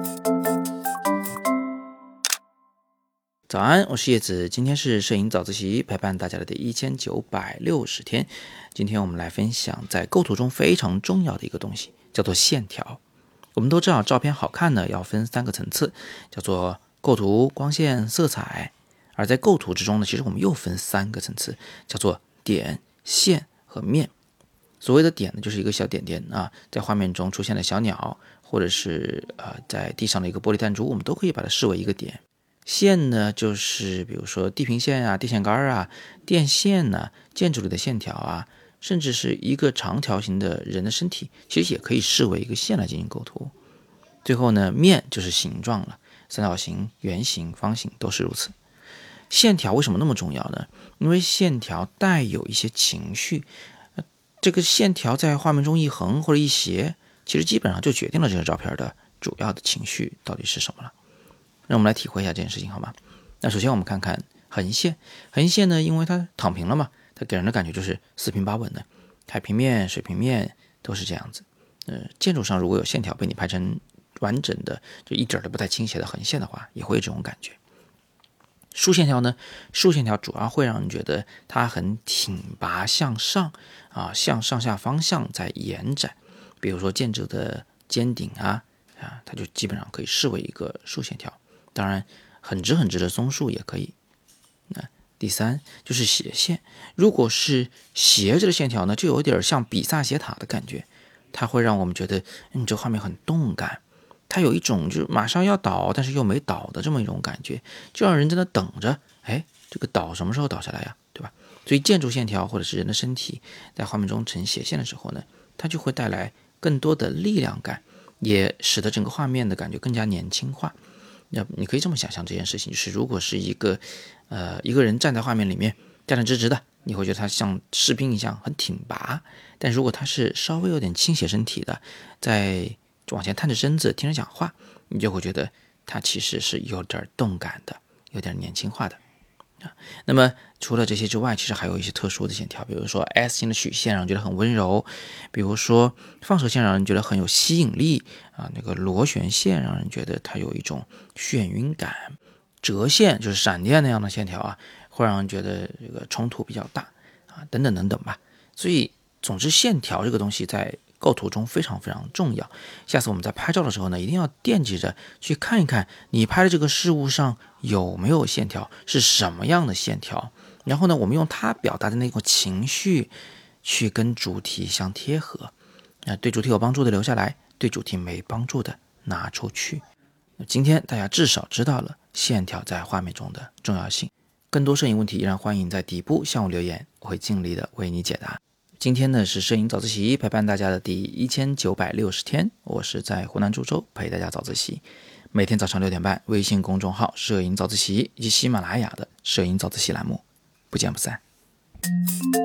早安，我是叶子，今天是摄影早自习陪伴大家的第1960天。今天我们来分享在构图中非常重要的一个东西，叫做线条。我们都知道照片好看呢要分3个层次，叫做构图、光线、色彩。而在构图之中呢，其实我们又分3个层次，叫做点、线和面。所谓的点呢，就是一个小点点啊，在画面中出现的小鸟，或者是在地上的一个玻璃弹珠，我们都可以把它视为一个点。线呢，就是比如说地平线啊、电线杆啊、电线啊、建筑里的线条啊，甚至是一个长条形的人的身体，其实也可以视为一个线来进行构图。最后呢，面就是形状了，三角形、圆形、方形都是如此。线条为什么那么重要呢？因为线条带有一些情绪，这个线条在画面中一横或者一斜，其实基本上就决定了这个照片的主要的情绪到底是什么了。让我们来体会一下这件事情好吗？那首先我们看看横线，横线呢，因为它躺平了嘛，它给人的感觉就是四平八稳的，海平面、水平面都是这样子。建筑上如果有线条被你拍成完整的，就一点都不太倾斜的横线的话，也会有这种感觉。竖线条呢，竖线条主要会让人觉得它很挺拔向上啊，向上下方向在延展。比如说建筑的尖顶啊，它就基本上可以视为一个竖线条。当然，很直很直的松树也可以。第3就是斜线，如果是斜着的线条呢，就有点像比萨斜塔的感觉，它会让我们觉得，这画面很动感，它有一种就是马上要倒，但是又没倒的这么一种感觉，就让人在那等着，这个倒什么时候倒下来呀，对吧？所以建筑线条或者是人的身体在画面中呈斜线的时候呢，它就会带来更多的力量感，也使得整个画面的感觉更加年轻化。你可以这么想象这件事情，就是如果是一个人站在画面里面站得直直的，你会觉得他像士兵一样很挺拔，但如果他是稍微有点倾斜身体的，在往前探着身子听着讲话，你就会觉得他其实是有点动感的，有点年轻化的。那么除了这些之外，其实还有一些特殊的线条，比如说 S 型的曲线让人觉得很温柔，比如说放射线让人觉得很有吸引力啊，那个螺旋线让人觉得它有一种眩晕感，折线就是闪电那样的线条啊，会让人觉得这个冲突比较大啊，等等等等吧。所以总之线条这个东西在构图中非常非常重要。下次我们在拍照的时候呢，一定要惦记着去看一看你拍的这个事物上有没有线条，是什么样的线条，然后呢，我们用它表达的那种情绪去跟主题相贴合。对主题有帮助的留下来，对主题没帮助的拿出去。今天大家至少知道了线条在画面中的重要性。更多摄影问题依然欢迎在底部向我留言，我会尽力的为你解答。今天呢是摄影早自习陪伴大家的第1960天，我是在湖南株洲陪大家早自习，每天早上6点半，微信公众号摄影早自习以及喜马拉雅的摄影早自习栏目，不见不散。